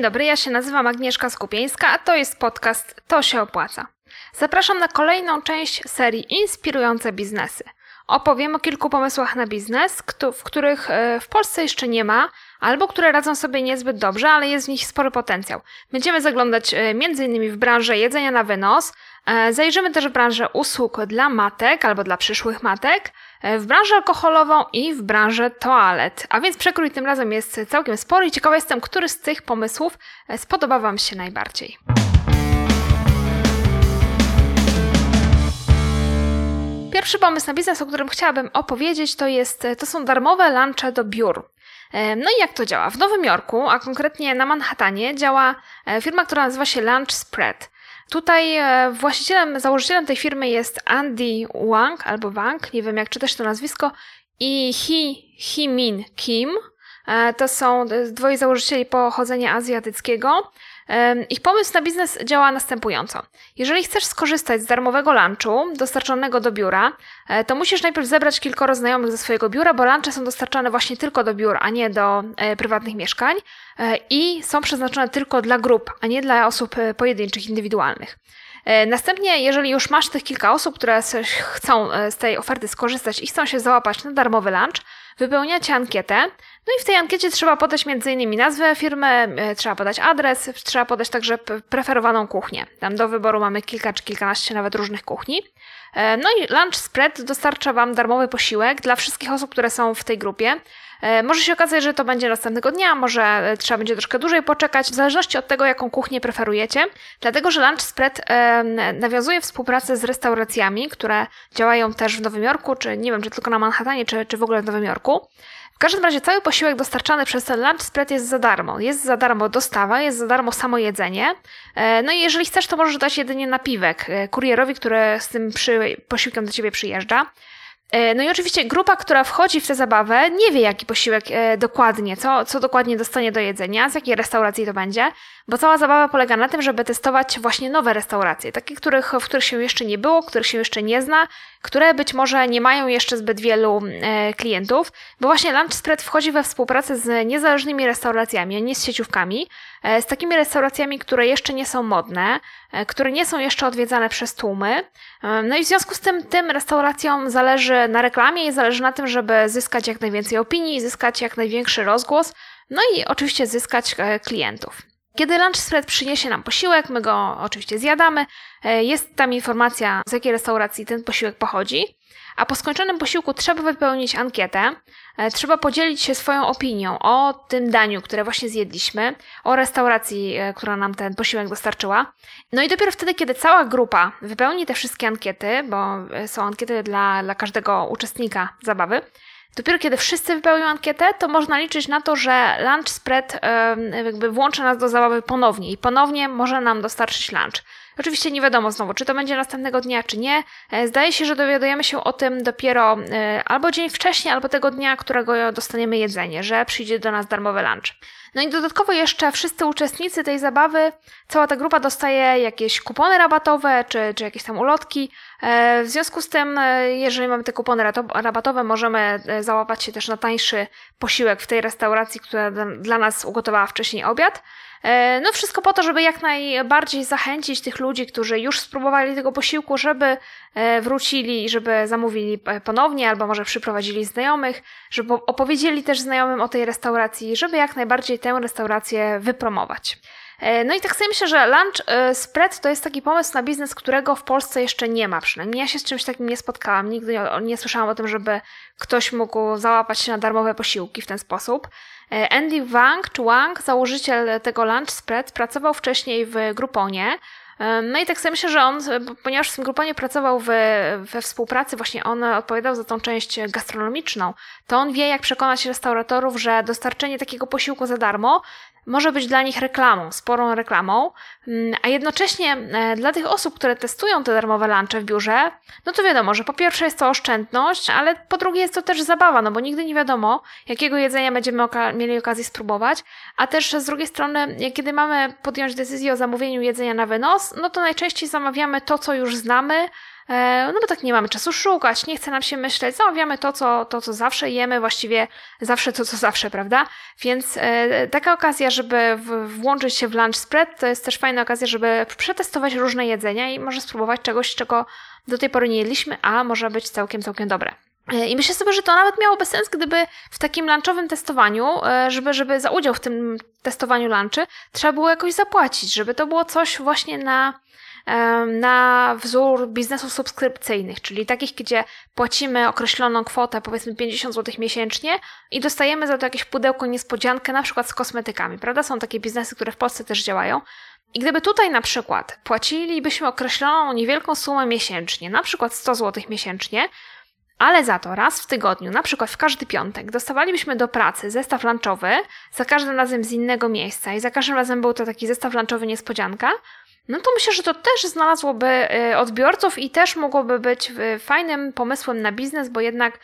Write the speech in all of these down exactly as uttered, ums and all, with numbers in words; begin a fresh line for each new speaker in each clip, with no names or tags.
Dzień dobry, ja się nazywam Agnieszka Skupieńska, a to jest podcast To się opłaca. Zapraszam na kolejną część serii Inspirujące biznesy. Opowiem o kilku pomysłach na biznes, w których w Polsce jeszcze nie ma, albo które radzą sobie niezbyt dobrze, ale jest w nich spory potencjał. Będziemy zaglądać między innymi w branżę jedzenia na wynos, zajrzymy też w branżę usług dla matek albo dla przyszłych matek, w branżę alkoholową i w branżę toalet. A więc przekrój tym razem jest całkiem spory i ciekawa jestem, który z tych pomysłów spodoba Wam się najbardziej. Pierwszy pomysł na biznes, o którym chciałabym opowiedzieć, to, jest, to są darmowe lunche do biur. No i jak to działa? W Nowym Jorku, a konkretnie na Manhattanie, działa firma, która nazywa się Lunch Spread. Tutaj właścicielem, założycielem tej firmy jest Andy Wang, albo Wang, nie wiem jak czytać to nazwisko, i Hee Hee-min Kim. To są dwoje założycieli pochodzenia azjatyckiego. Ich pomysł na biznes działa następująco. Jeżeli chcesz skorzystać z darmowego lunchu dostarczonego do biura, to musisz najpierw zebrać kilkoro znajomych ze swojego biura, bo lunche są dostarczane właśnie tylko do biur, a nie do e, prywatnych mieszkań i są przeznaczone tylko dla grup, a nie dla osób pojedynczych, indywidualnych. Następnie, jeżeli już masz tych kilka osób, które chcą z tej oferty skorzystać i chcą się załapać na darmowy lunch, wypełniacie ankietę, no i w tej ankiecie trzeba podać między innymi nazwę firmy, trzeba podać adres, trzeba podać także preferowaną kuchnię. Tam do wyboru mamy kilka czy kilkanaście nawet różnych kuchni. No i Lunch Spread dostarcza Wam darmowy posiłek dla wszystkich osób, które są w tej grupie. Może się okazać, że to będzie następnego dnia, może trzeba będzie troszkę dłużej poczekać, w zależności od tego, jaką kuchnię preferujecie, dlatego że Lunch Spread e, nawiązuje współpracę z restauracjami, które działają też w Nowym Jorku, czy nie wiem, czy tylko na Manhattanie, czy, czy w ogóle w Nowym Jorku. W każdym razie cały posiłek dostarczany przez ten Lunch Spread jest za darmo. Jest za darmo dostawa, jest za darmo samo jedzenie. No i jeżeli chcesz, to możesz dać jedynie napiwek kurierowi, który z tym przy, posiłkiem do Ciebie przyjeżdża. No i oczywiście grupa, która wchodzi w tę zabawę, nie wie jaki posiłek e, dokładnie, co, co dokładnie dostanie do jedzenia, z jakiej restauracji to będzie, bo cała zabawa polega na tym, żeby testować właśnie nowe restauracje, takie, których, w których się jeszcze nie było, których się jeszcze nie zna, które być może nie mają jeszcze zbyt wielu e, klientów, bo właśnie Lunch Spread wchodzi we współpracę z niezależnymi restauracjami, a nie z sieciówkami, e, z takimi restauracjami, które jeszcze nie są modne, e, które nie są jeszcze odwiedzane przez tłumy. E, no i w związku z tym tym restauracjom zależy na reklamie i zależy na tym, żeby zyskać jak najwięcej opinii, zyskać jak największy rozgłos, no i oczywiście zyskać e, klientów. Kiedy Lunch Spread przyniesie nam posiłek, my go oczywiście zjadamy, jest tam informacja, z jakiej restauracji ten posiłek pochodzi, a po skończonym posiłku trzeba wypełnić ankietę, trzeba podzielić się swoją opinią o tym daniu, które właśnie zjedliśmy, o restauracji, która nam ten posiłek dostarczyła. No i dopiero wtedy, kiedy cała grupa wypełni te wszystkie ankiety, bo są ankiety dla, dla każdego uczestnika zabawy, dopiero kiedy wszyscy wypełnią ankietę, to można liczyć na to, że Lunch Spread jakby włączy nas do zabawy ponownie i ponownie może nam dostarczyć lunch. Oczywiście nie wiadomo znowu, czy to będzie następnego dnia, czy nie. Zdaje się, że dowiadujemy się o tym dopiero albo dzień wcześniej, albo tego dnia, którego dostaniemy jedzenie, że przyjdzie do nas darmowy lunch. No i dodatkowo jeszcze wszyscy uczestnicy tej zabawy, cała ta grupa dostaje jakieś kupony rabatowe, czy, czy jakieś tam ulotki. W związku z tym, jeżeli mamy te kupony rabatowe, możemy załapać się też na tańszy posiłek w tej restauracji, która dla nas ugotowała wcześniej obiad. No wszystko po to, żeby jak najbardziej zachęcić tych ludzi, którzy już spróbowali tego posiłku, żeby wrócili i żeby zamówili ponownie, albo może przyprowadzili znajomych, żeby opowiedzieli też znajomym o tej restauracji, żeby jak najbardziej tę restaurację wypromować. No i tak sobie myślę, że Lunch Spread to jest taki pomysł na biznes, którego w Polsce jeszcze nie ma przynajmniej. Ja się z czymś takim nie spotkałam, nigdy nie, nie słyszałam o tym, żeby ktoś mógł załapać się na darmowe posiłki w ten sposób. Andy Wang, czy Wang, założyciel tego Lunch Spread, pracował wcześniej w Grouponie. No i tak sobie myślę, że on, ponieważ w tym Grouponie pracował w, we współpracy, właśnie on odpowiadał za tą część gastronomiczną, to on wie, jak przekonać restauratorów, że dostarczenie takiego posiłku za darmo może być dla nich reklamą, sporą reklamą, a jednocześnie dla tych osób, które testują te darmowe lunche w biurze, no to wiadomo, że po pierwsze jest to oszczędność, ale po drugie jest to też zabawa, no bo nigdy nie wiadomo, jakiego jedzenia będziemy oka- mieli okazję spróbować, a też z drugiej strony, kiedy mamy podjąć decyzję o zamówieniu jedzenia na wynos, no to najczęściej zamawiamy to, co już znamy, no bo tak nie mamy czasu szukać, nie chce nam się myśleć, zamawiamy to, co, to, co zawsze jemy, właściwie zawsze to, co zawsze, prawda? Więc taka okazja, żeby włączyć się w lunch spread, to jest też fajna okazja, żeby przetestować różne jedzenia i może spróbować czegoś, czego do tej pory nie jedliśmy, a może być całkiem, całkiem dobre. I myślę sobie, że to nawet miałoby sens, gdyby w takim lunchowym testowaniu, żeby, żeby za udział w tym testowaniu lunchy trzeba było jakoś zapłacić, żeby to było coś właśnie na, na wzór biznesów subskrypcyjnych, czyli takich, gdzie płacimy określoną kwotę, powiedzmy pięćdziesiąt złotych miesięcznie i dostajemy za to jakieś pudełko niespodziankę, na przykład z kosmetykami, prawda? Są takie biznesy, które w Polsce też działają. I gdyby tutaj na przykład płacilibyśmy określoną niewielką sumę miesięcznie, na przykład sto złotych miesięcznie, ale za to raz w tygodniu, na przykład w każdy piątek, dostawalibyśmy do pracy zestaw lunchowy, za każdym razem z innego miejsca i za każdym razem był to taki zestaw lunchowy niespodzianka, no to myślę, że to też znalazłoby odbiorców i też mogłoby być fajnym pomysłem na biznes, bo jednak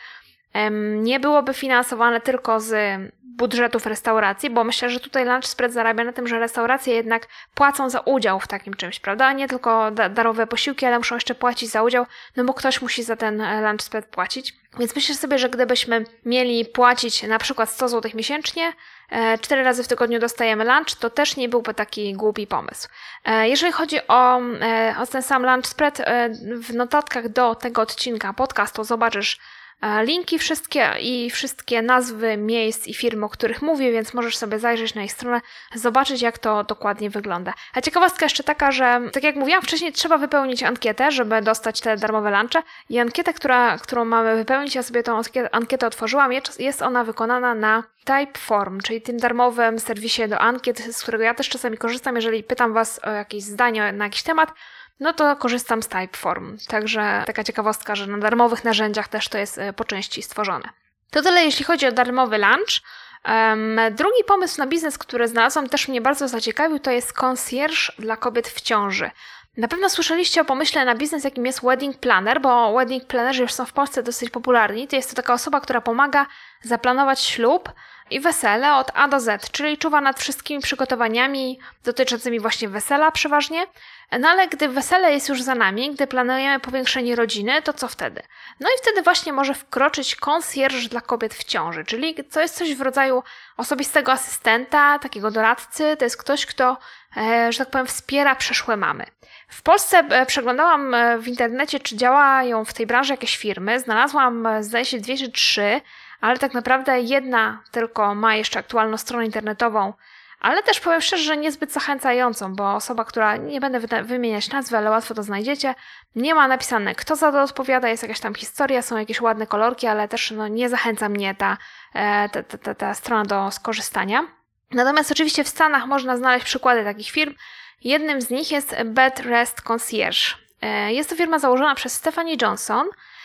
nie byłoby finansowane tylko z budżetów restauracji, bo myślę, że tutaj Lunch Spread zarabia na tym, że restauracje jednak płacą za udział w takim czymś, prawda? Nie tylko da- darowe posiłki, ale muszą jeszcze płacić za udział, no bo ktoś musi za ten Lunch Spread płacić. Więc myślę sobie, że gdybyśmy mieli płacić na przykład sto złotych miesięcznie, cztery razy w tygodniu dostajemy lunch, to też nie byłby taki głupi pomysł. Jeżeli chodzi o, o ten sam Lunch Spread, w notatkach do tego odcinka podcastu zobaczysz linki wszystkie i wszystkie nazwy miejsc i firm, o których mówię, więc możesz sobie zajrzeć na ich stronę, zobaczyć, jak to dokładnie wygląda. A ciekawostka jeszcze taka, że tak jak mówiłam wcześniej, trzeba wypełnić ankietę, żeby dostać te darmowe lunche i ankietę, która, którą mamy wypełnić, ja sobie tą ankietę otworzyłam, jest ona wykonana na Typeform, czyli tym darmowym serwisie do ankiet, z którego ja też czasami korzystam, jeżeli pytam Was o jakieś zdanie na jakiś temat, no to korzystam z Typeform. Także taka ciekawostka, że na darmowych narzędziach też to jest po części stworzone. To tyle, jeśli chodzi o darmowy lunch. Um, drugi pomysł na biznes, który znalazłam, też mnie bardzo zaciekawił, to jest concierge dla kobiet w ciąży. Na pewno słyszeliście o pomyśle na biznes, jakim jest wedding planner, bo wedding plannerzy już są w Polsce dosyć popularni. To jest to taka osoba, która pomaga zaplanować ślub i wesele od A do Z, czyli czuwa nad wszystkimi przygotowaniami dotyczącymi właśnie wesela przeważnie. No ale gdy wesele jest już za nami, gdy planujemy powiększenie rodziny, to co wtedy? No i wtedy właśnie może wkroczyć concierge dla kobiet w ciąży, czyli to jest coś w rodzaju osobistego asystenta, takiego doradcy, to jest ktoś, kto, że tak powiem, wspiera przyszłe mamy. W Polsce przeglądałam w internecie, czy działają w tej branży jakieś firmy, znalazłam zdaje się dwie czy trzy, ale tak naprawdę jedna tylko ma jeszcze aktualną stronę internetową, ale też powiem szczerze, że niezbyt zachęcającą, bo osoba, która, nie będę wy- wymieniać nazwy, ale łatwo to znajdziecie, nie ma napisane, kto za to odpowiada, jest jakaś tam historia, są jakieś ładne kolorki, ale też no, nie zachęca mnie ta, ta, ta, ta, ta strona do skorzystania. Natomiast oczywiście w Stanach można znaleźć przykłady takich firm. Jednym z nich jest Bed Rest Concierge. Jest to firma założona przez Stephanie Johnson,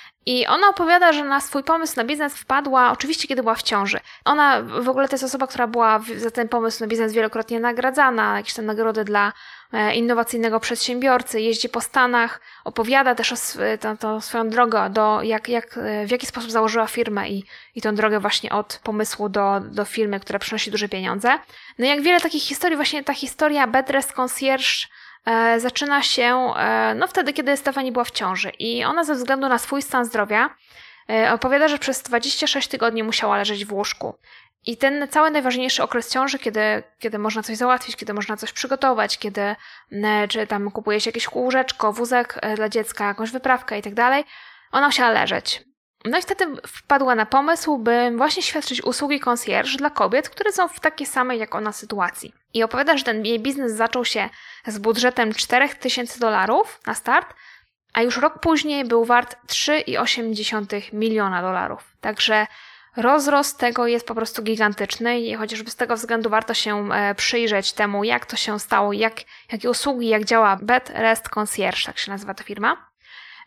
i ona opowiada, że na swój pomysł na biznes wpadła oczywiście, kiedy była w ciąży. Ona w ogóle to jest osoba, która była za ten pomysł na biznes wielokrotnie nagradzana, jakieś tam nagrody dla innowacyjnego przedsiębiorcy, jeździ po Stanach, opowiada też o tą, tą swoją drogę, do jak, jak, w jaki sposób założyła firmę i, i tą drogę właśnie od pomysłu do, do firmy, która przynosi duże pieniądze. No i jak wiele takich historii, właśnie ta historia Bed Rest Concierge E, zaczyna się e, no wtedy, kiedy Stephanie była w ciąży i ona ze względu na swój stan zdrowia e, opowiada, że przez dwadzieścia sześć tygodni musiała leżeć w łóżku. I ten cały najważniejszy okres ciąży, kiedy, kiedy można coś załatwić, kiedy można coś przygotować, kiedy e, czy tam kupuje się jakieś łóżeczko, wózek e, dla dziecka, jakąś wyprawkę i tak dalej, ona musiała leżeć. No i wtedy wpadła na pomysł, by właśnie świadczyć usługi concierge dla kobiet, które są w takiej samej jak ona sytuacji. I opowiada, że ten jej biznes zaczął się z budżetem cztery tysiące dolarów na start, a już rok później był wart trzy i osiem miliona dolarów. Także rozrost tego jest po prostu gigantyczny i chociażby z tego względu warto się przyjrzeć temu, jak to się stało, jak, jakie usługi, jak działa Bed Rest Concierge, tak się nazywa ta firma.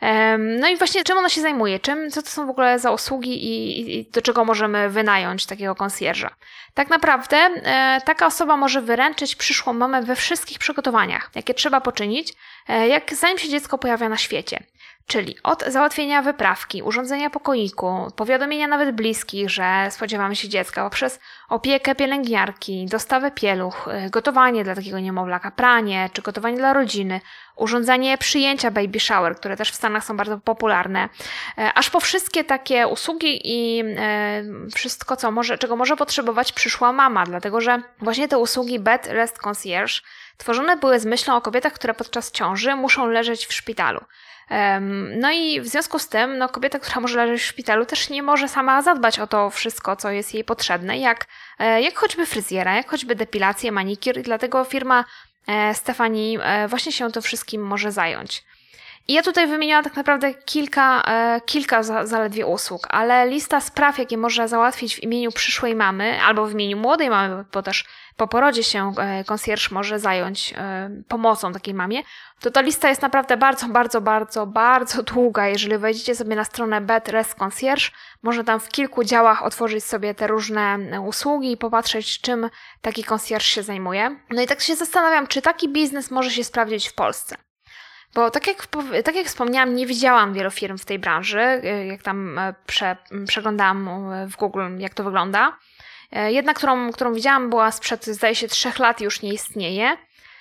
No i właśnie czym ona się zajmuje, czym, co to są w ogóle za usługi i, i do czego możemy wynająć takiego concierge'a. Tak naprawdę e, taka osoba może wyręczyć przyszłą mamę we wszystkich przygotowaniach, jakie trzeba poczynić, e, jak zanim się dziecko pojawia na świecie. Czyli od załatwienia wyprawki, urządzenia pokoiku, powiadomienia nawet bliskich, że spodziewamy się dziecka, poprzez opiekę pielęgniarki, dostawę pieluch, gotowanie dla takiego niemowlaka, pranie czy gotowanie dla rodziny, urządzenie przyjęcia baby shower, które też w Stanach są bardzo popularne, aż po wszystkie takie usługi i wszystko, co może, czego może potrzebować przyszła mama, dlatego że właśnie te usługi Bed Rest Concierge tworzone były z myślą o kobietach, które podczas ciąży muszą leżeć w szpitalu. No i w związku z tym no, kobieta, która może leżeć w szpitalu, też nie może sama zadbać o to wszystko, co jest jej potrzebne, jak, jak choćby fryzjera, jak choćby depilację, manikir, i dlatego firma Stephanie właśnie się tym wszystkim może zająć. I ja tutaj wymieniłam tak naprawdę kilka, kilka zaledwie usług, ale lista spraw, jakie można załatwić w imieniu przyszłej mamy albo w imieniu młodej mamy, bo też po porodzie się concierge może zająć pomocą takiej mamie, to ta lista jest naprawdę bardzo, bardzo, bardzo, bardzo długa. Jeżeli wejdziecie sobie na stronę Bed Rest Concierge, można tam w kilku działach otworzyć sobie te różne usługi i popatrzeć, czym taki concierge się zajmuje. No i tak się zastanawiam, czy taki biznes może się sprawdzić w Polsce. Bo tak jak, tak jak wspomniałam, nie widziałam wielu firm w tej branży, jak tam prze, przeglądałam w Google, jak to wygląda. Jedna, którą, którą widziałam, była sprzed, zdaje się, trzech lat, już nie istnieje.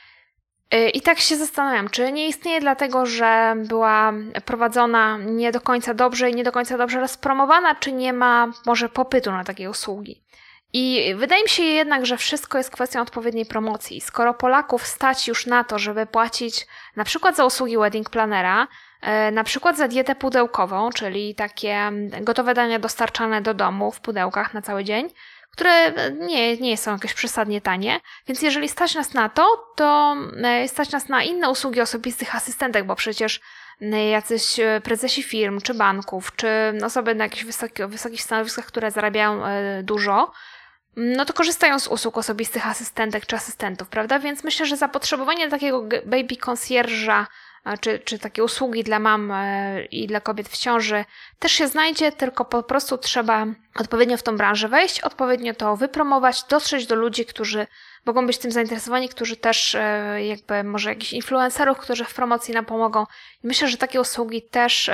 I tak się zastanawiam, czy nie istnieje dlatego, że była prowadzona nie do końca dobrze i nie do końca dobrze rozpromowana, czy nie ma może popytu na takie usługi. I wydaje mi się jednak, że wszystko jest kwestią odpowiedniej promocji. Skoro Polaków stać już na to, żeby płacić na przykład za usługi wedding planera, na przykład za dietę pudełkową, czyli takie gotowe dania dostarczane do domu w pudełkach na cały dzień, które nie, nie są jakieś przesadnie tanie, więc jeżeli stać nas na to, to stać nas na inne usługi osobistych asystentek, bo przecież jacyś prezesi firm, czy banków, czy osoby na jakichś wysokich, wysokich stanowiskach, które zarabiają dużo, no to korzystają z usług osobistych asystentek czy asystentów, prawda? Więc myślę, że zapotrzebowanie takiego baby concierge'a czy, czy takie usługi dla mam i dla kobiet w ciąży też się znajdzie, tylko po prostu trzeba odpowiednio w tą branżę wejść, odpowiednio to wypromować, dotrzeć do ludzi, którzy mogą być tym zainteresowani, którzy też jakby może jakichś influencerów, którzy w promocji nam pomogą. I myślę, że takie usługi też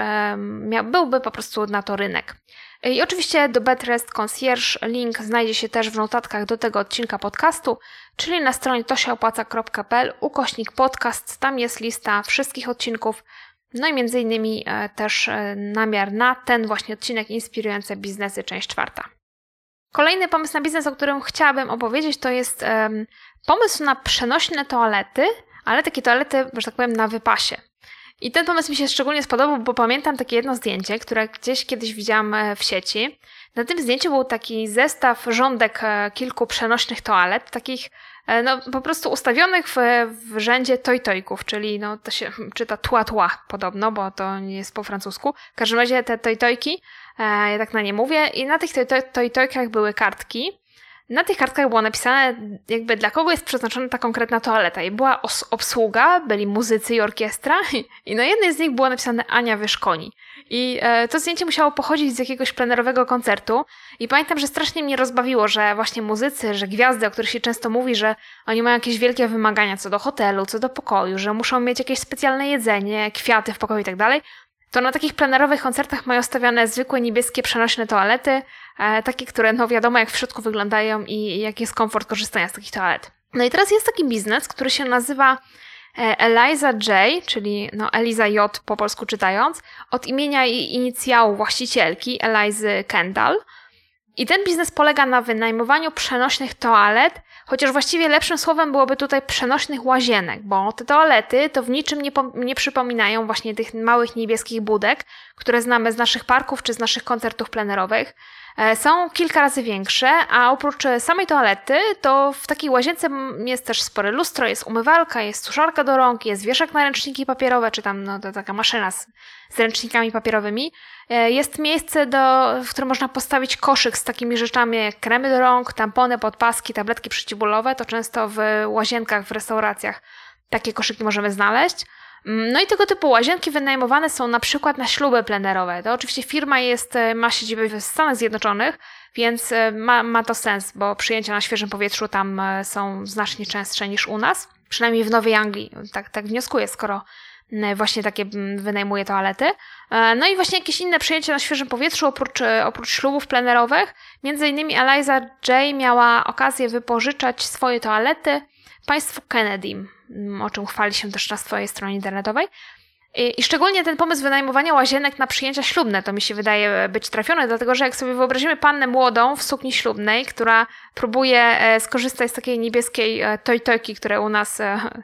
byłby po prostu na to rynek. I oczywiście do Bed Rest Concierge link znajdzie się też w notatkach do tego odcinka podcastu, czyli na stronie tosiaopłaca kropka p l ukośnik podcast. Tam jest lista wszystkich odcinków, no i między innymi też namiar na ten właśnie odcinek Inspirujące biznesy, część czwarta. Kolejny pomysł na biznes, o którym chciałabym opowiedzieć, to jest um, pomysł na przenośne toalety, ale takie toalety, że tak powiem, na wypasie. I ten pomysł mi się szczególnie spodobał, bo pamiętam takie jedno zdjęcie, które gdzieś kiedyś widziałam w sieci. Na tym zdjęciu był taki zestaw, rządek kilku przenośnych toalet, takich no po prostu ustawionych w, w rzędzie tojtojków, czyli no to się czyta tua tua podobno, bo to nie jest po francusku. W każdym razie te tojtojki, ja tak na nie mówię, i na tych tojtojkach były kartki. Na tych kartkach było napisane, jakby dla kogo jest przeznaczona ta konkretna toaleta. I była os- obsługa, byli muzycy i orkiestra i na jednej z nich było napisane Ania Wyszkoni. I e, to zdjęcie musiało pochodzić z jakiegoś plenerowego koncertu i pamiętam, że strasznie mnie rozbawiło, że właśnie muzycy, że gwiazdy, o których się często mówi, że oni mają jakieś wielkie wymagania co do hotelu, co do pokoju, że muszą mieć jakieś specjalne jedzenie, kwiaty w pokoju i tak dalej, to na takich plenerowych koncertach mają stawiane zwykłe niebieskie przenośne toalety, e, takie, które no wiadomo jak w środku wyglądają i, i jaki jest komfort korzystania z takich toalet. No i teraz jest taki biznes, który się nazywa e, Eliza J, czyli no Eliza J po polsku czytając, od imienia i inicjału właścicielki Elizy Kendall. I ten biznes polega na wynajmowaniu przenośnych toalet, chociaż właściwie lepszym słowem byłoby tutaj przenośnych łazienek, bo te toalety to w niczym nie, po, nie przypominają właśnie tych małych niebieskich budek, które znamy z naszych parków czy z naszych koncertów plenerowych. Są kilka razy większe, a oprócz samej toalety to w takiej łazience jest też spore lustro, jest umywalka, jest suszarka do rąk, jest wieszak na ręczniki papierowe, czy tam no, to taka maszyna z, z ręcznikami papierowymi. Jest miejsce, do, w którym można postawić koszyk z takimi rzeczami jak kremy do rąk, tampony, podpaski, tabletki przeciwbólowe. To często w łazienkach, w restauracjach takie koszyki możemy znaleźć. No i tego typu łazienki wynajmowane są na przykład na śluby plenerowe. To oczywiście firma jest, ma siedzibę w Stanach Zjednoczonych, więc ma, ma to sens, bo przyjęcia na świeżym powietrzu tam są znacznie częstsze niż u nas. Przynajmniej w Nowej Anglii. Tak, tak wnioskuję, skoro właśnie takie wynajmuje toalety. No i właśnie jakieś inne przejęcia na świeżym powietrzu, oprócz, oprócz ślubów plenerowych. Między innymi Eliza J. miała okazję wypożyczać swoje toalety państwu Kennedy, o czym chwali się też na swojej stronie internetowej. I, I szczególnie ten pomysł wynajmowania łazienek na przyjęcia ślubne, to mi się wydaje być trafione, dlatego że jak sobie wyobrazimy pannę młodą w sukni ślubnej, która próbuje skorzystać z takiej niebieskiej toj-tojki, które u nas,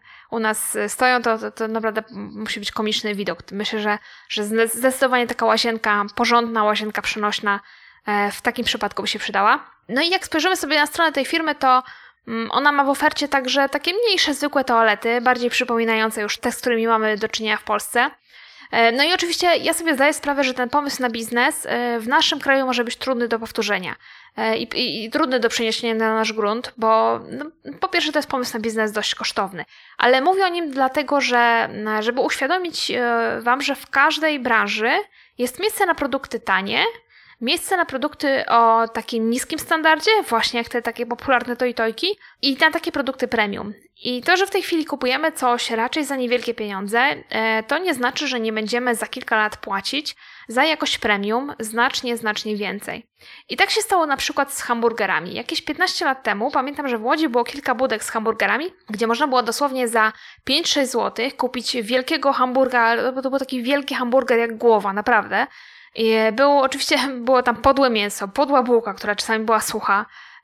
u nas stoją, to, to, to naprawdę musi być komiczny widok. Myślę, że, że zdecydowanie taka łazienka, porządna łazienka przenośna w takim przypadku by się przydała. No i jak spojrzymy sobie na stronę tej firmy, to ona ma w ofercie także takie mniejsze, zwykłe toalety, bardziej przypominające już te, z którymi mamy do czynienia w Polsce. No i oczywiście ja sobie zdaję sprawę, że ten pomysł na biznes w naszym kraju może być trudny do powtórzenia i, i, i trudny do przeniesienia na nasz grunt, bo no, po pierwsze to jest pomysł na biznes dość kosztowny, ale mówię o nim dlatego, że żeby uświadomić Wam, że w każdej branży jest miejsce na produkty tanie, miejsce na produkty o takim niskim standardzie, właśnie jak te takie popularne toj-tojki, i na takie produkty premium. I to, że w tej chwili kupujemy coś raczej za niewielkie pieniądze, to nie znaczy, że nie będziemy za kilka lat płacić za jakość premium znacznie, znacznie więcej. I tak się stało na przykład z hamburgerami. Jakieś piętnaście lat temu pamiętam, że w Łodzi było kilka budek z hamburgerami, gdzie można było dosłownie za pięć sześć złotych kupić wielkiego hamburgera, bo to był taki wielki hamburger jak głowa, naprawdę. I było, oczywiście było tam podłe mięso, podła bułka, która czasami była sucha,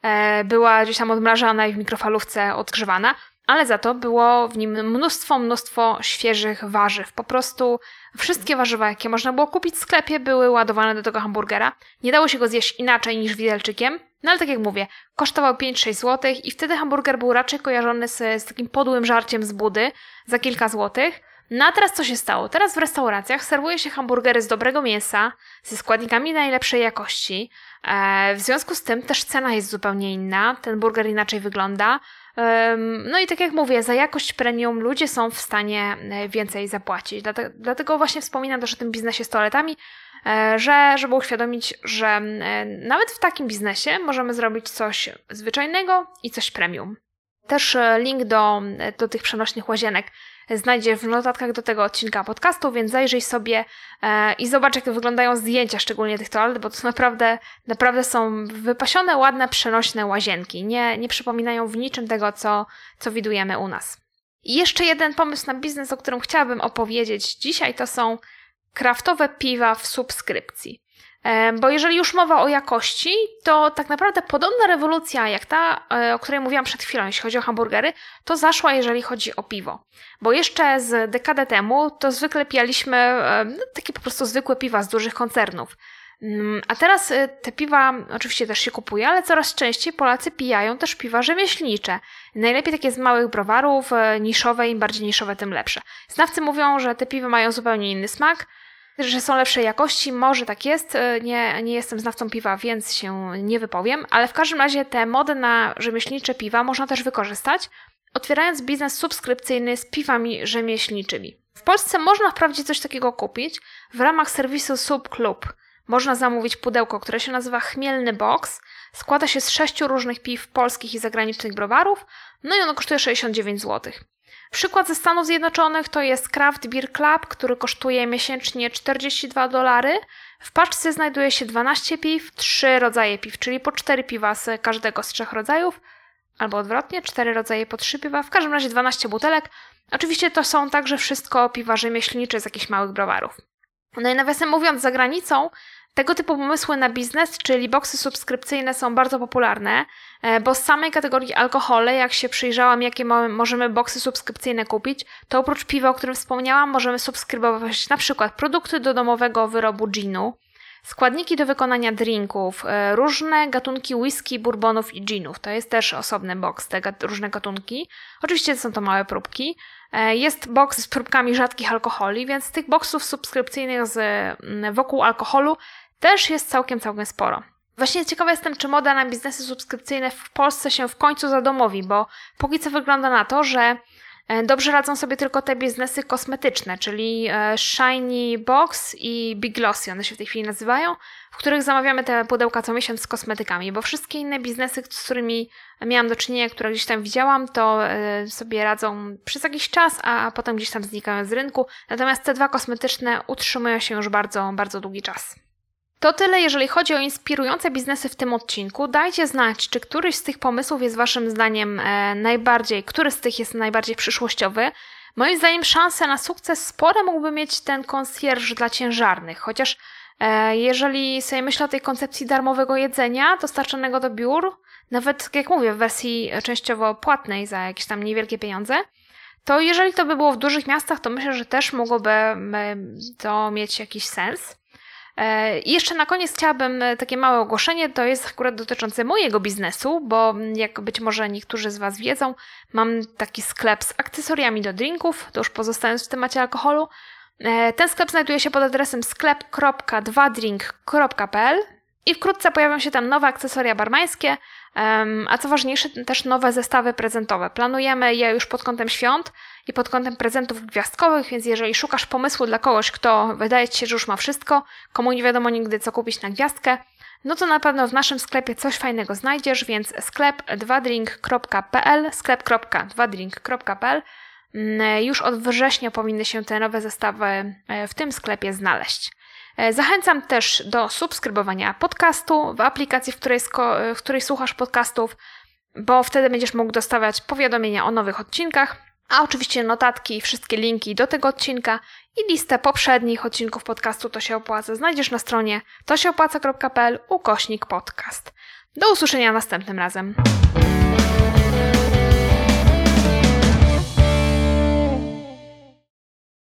była gdzieś tam odmrażana i w mikrofalówce odgrzewana, ale za to było w nim mnóstwo, mnóstwo świeżych warzyw. Po prostu wszystkie warzywa, jakie można było kupić w sklepie, były ładowane do tego hamburgera. Nie dało się go zjeść inaczej niż widelczykiem, no ale tak jak mówię, kosztował pięć sześć złotych i wtedy hamburger był raczej kojarzony z, z takim podłym żarciem z budy za kilka złotych. No a teraz co się stało? Teraz w restauracjach serwuje się hamburgery z dobrego mięsa, ze składnikami najlepszej jakości. E, w związku z tym też cena jest zupełnie inna, ten burger inaczej wygląda. E, no i tak jak mówię, za jakość premium ludzie są w stanie więcej zapłacić. Dlatego, dlatego właśnie wspominam też o tym biznesie z toaletami, e, że, żeby uświadomić, że e, nawet w takim biznesie możemy zrobić coś zwyczajnego i coś premium. Też link do, do tych przenośnych łazienek znajdziesz w notatkach do tego odcinka podcastu, więc zajrzyj sobie e, i zobacz, jak wyglądają zdjęcia, szczególnie tych toalet, bo to naprawdę, naprawdę są wypasione, ładne, przenośne łazienki. Nie, nie przypominają w niczym tego, co, co widujemy u nas. I jeszcze jeden pomysł na biznes, o którym chciałabym opowiedzieć dzisiaj, to są kraftowe piwa w subskrypcji. Bo jeżeli już mowa o jakości, to tak naprawdę podobna rewolucja jak ta, o której mówiłam przed chwilą, jeśli chodzi o hamburgery, to zaszła, jeżeli chodzi o piwo. Bo jeszcze z dekadę temu to zwykle pijaliśmy no, takie po prostu zwykłe piwa z dużych koncernów. A teraz te piwa oczywiście też się kupuje, ale coraz częściej Polacy pijają też piwa rzemieślnicze. Najlepiej takie z małych browarów, niszowe, im bardziej niszowe, tym lepsze. Znawcy mówią, że te piwa mają zupełnie inny smak, że są lepszej jakości, może tak jest, nie, nie jestem znawcą piwa, więc się nie wypowiem, ale w każdym razie te mody na rzemieślnicze piwa można też wykorzystać, otwierając biznes subskrypcyjny z piwami rzemieślniczymi. W Polsce można wprawdzie coś takiego kupić w ramach serwisu SubClub. Można zamówić pudełko, które się nazywa Chmielny Box, składa się z sześciu różnych piw polskich i zagranicznych browarów, no i ono kosztuje sześćdziesiąt dziewięć złotych. Przykład ze Stanów Zjednoczonych to jest Craft Beer Club, który kosztuje miesięcznie czterdzieści dwa dolary. W paczce znajduje się dwanaście piw, trzy rodzaje piw, czyli po cztery piwa z każdego z trzech rodzajów, albo odwrotnie, cztery rodzaje po trzy piwa, w każdym razie dwanaście butelek. Oczywiście to są także wszystko piwa rzemieślnicze z jakichś małych browarów. No i nawiasem mówiąc, za granicą tego typu pomysły na biznes, czyli boksy subskrypcyjne, są bardzo popularne, bo z samej kategorii alkohole, jak się przyjrzałam, jakie możemy boksy subskrypcyjne kupić, to oprócz piwa, o którym wspomniałam, możemy subskrybować na przykład produkty do domowego wyrobu ginu, składniki do wykonania drinków, różne gatunki whisky, bourbonów i ginów. To jest też osobny boks, te różne gatunki. Oczywiście są to małe próbki. Jest boks z próbkami rzadkich alkoholi, więc tych boksów subskrypcyjnych z, wokół alkoholu też jest całkiem, całkiem sporo. Właśnie ciekawa jestem, czy moda na biznesy subskrypcyjne w Polsce się w końcu zadomowi, bo póki co wygląda na to, że Dobrze radzą sobie tylko te biznesy kosmetyczne, czyli Shiny Box i Big Glossy, one się w tej chwili nazywają, w których zamawiamy te pudełka co miesiąc z kosmetykami, bo wszystkie inne biznesy, z którymi miałam do czynienia, które gdzieś tam widziałam, to sobie radzą przez jakiś czas, a potem gdzieś tam znikają z rynku, natomiast te dwa kosmetyczne utrzymują się już bardzo, bardzo długi czas. To tyle, jeżeli chodzi o inspirujące biznesy w tym odcinku. Dajcie znać, czy któryś z tych pomysłów jest waszym zdaniem e, najbardziej, który z tych jest najbardziej przyszłościowy. Moim zdaniem szanse na sukces spore mógłby mieć ten concierge dla ciężarnych, chociaż e, jeżeli sobie myślę o tej koncepcji darmowego jedzenia dostarczonego do biur, nawet jak mówię w wersji częściowo płatnej za jakieś tam niewielkie pieniądze, to jeżeli to by było w dużych miastach, to myślę, że też mogłoby to mieć jakiś sens. I jeszcze na koniec chciałabym takie małe ogłoszenie, to jest akurat dotyczące mojego biznesu, bo jak być może niektórzy z Was wiedzą, mam taki sklep z akcesoriami do drinków, to już pozostając w temacie alkoholu. Ten sklep znajduje się pod adresem sklep kropka dwa drink kropka p l i wkrótce pojawią się tam nowe akcesoria barmańskie, a co ważniejsze też nowe zestawy prezentowe. Planujemy je już pod kątem świąt i pod kątem prezentów gwiazdkowych, więc jeżeli szukasz pomysłu dla kogoś, kto wydaje Ci się, że już ma wszystko, komu nie wiadomo nigdy co kupić na gwiazdkę, no to na pewno w naszym sklepie coś fajnego znajdziesz, więc sklep dwa drink kropka p l, sklep kropka dwa drink kropka p l. Już od września powinny się te nowe zestawy w tym sklepie znaleźć. Zachęcam też do subskrybowania podcastu w aplikacji, w której, w której słuchasz podcastów, bo wtedy będziesz mógł dostawać powiadomienia o nowych odcinkach, a oczywiście notatki i wszystkie linki do tego odcinka i listę poprzednich odcinków podcastu To się opłaca znajdziesz na stronie tosieopłaca kropka p l ukośnik podcast. Do usłyszenia następnym razem.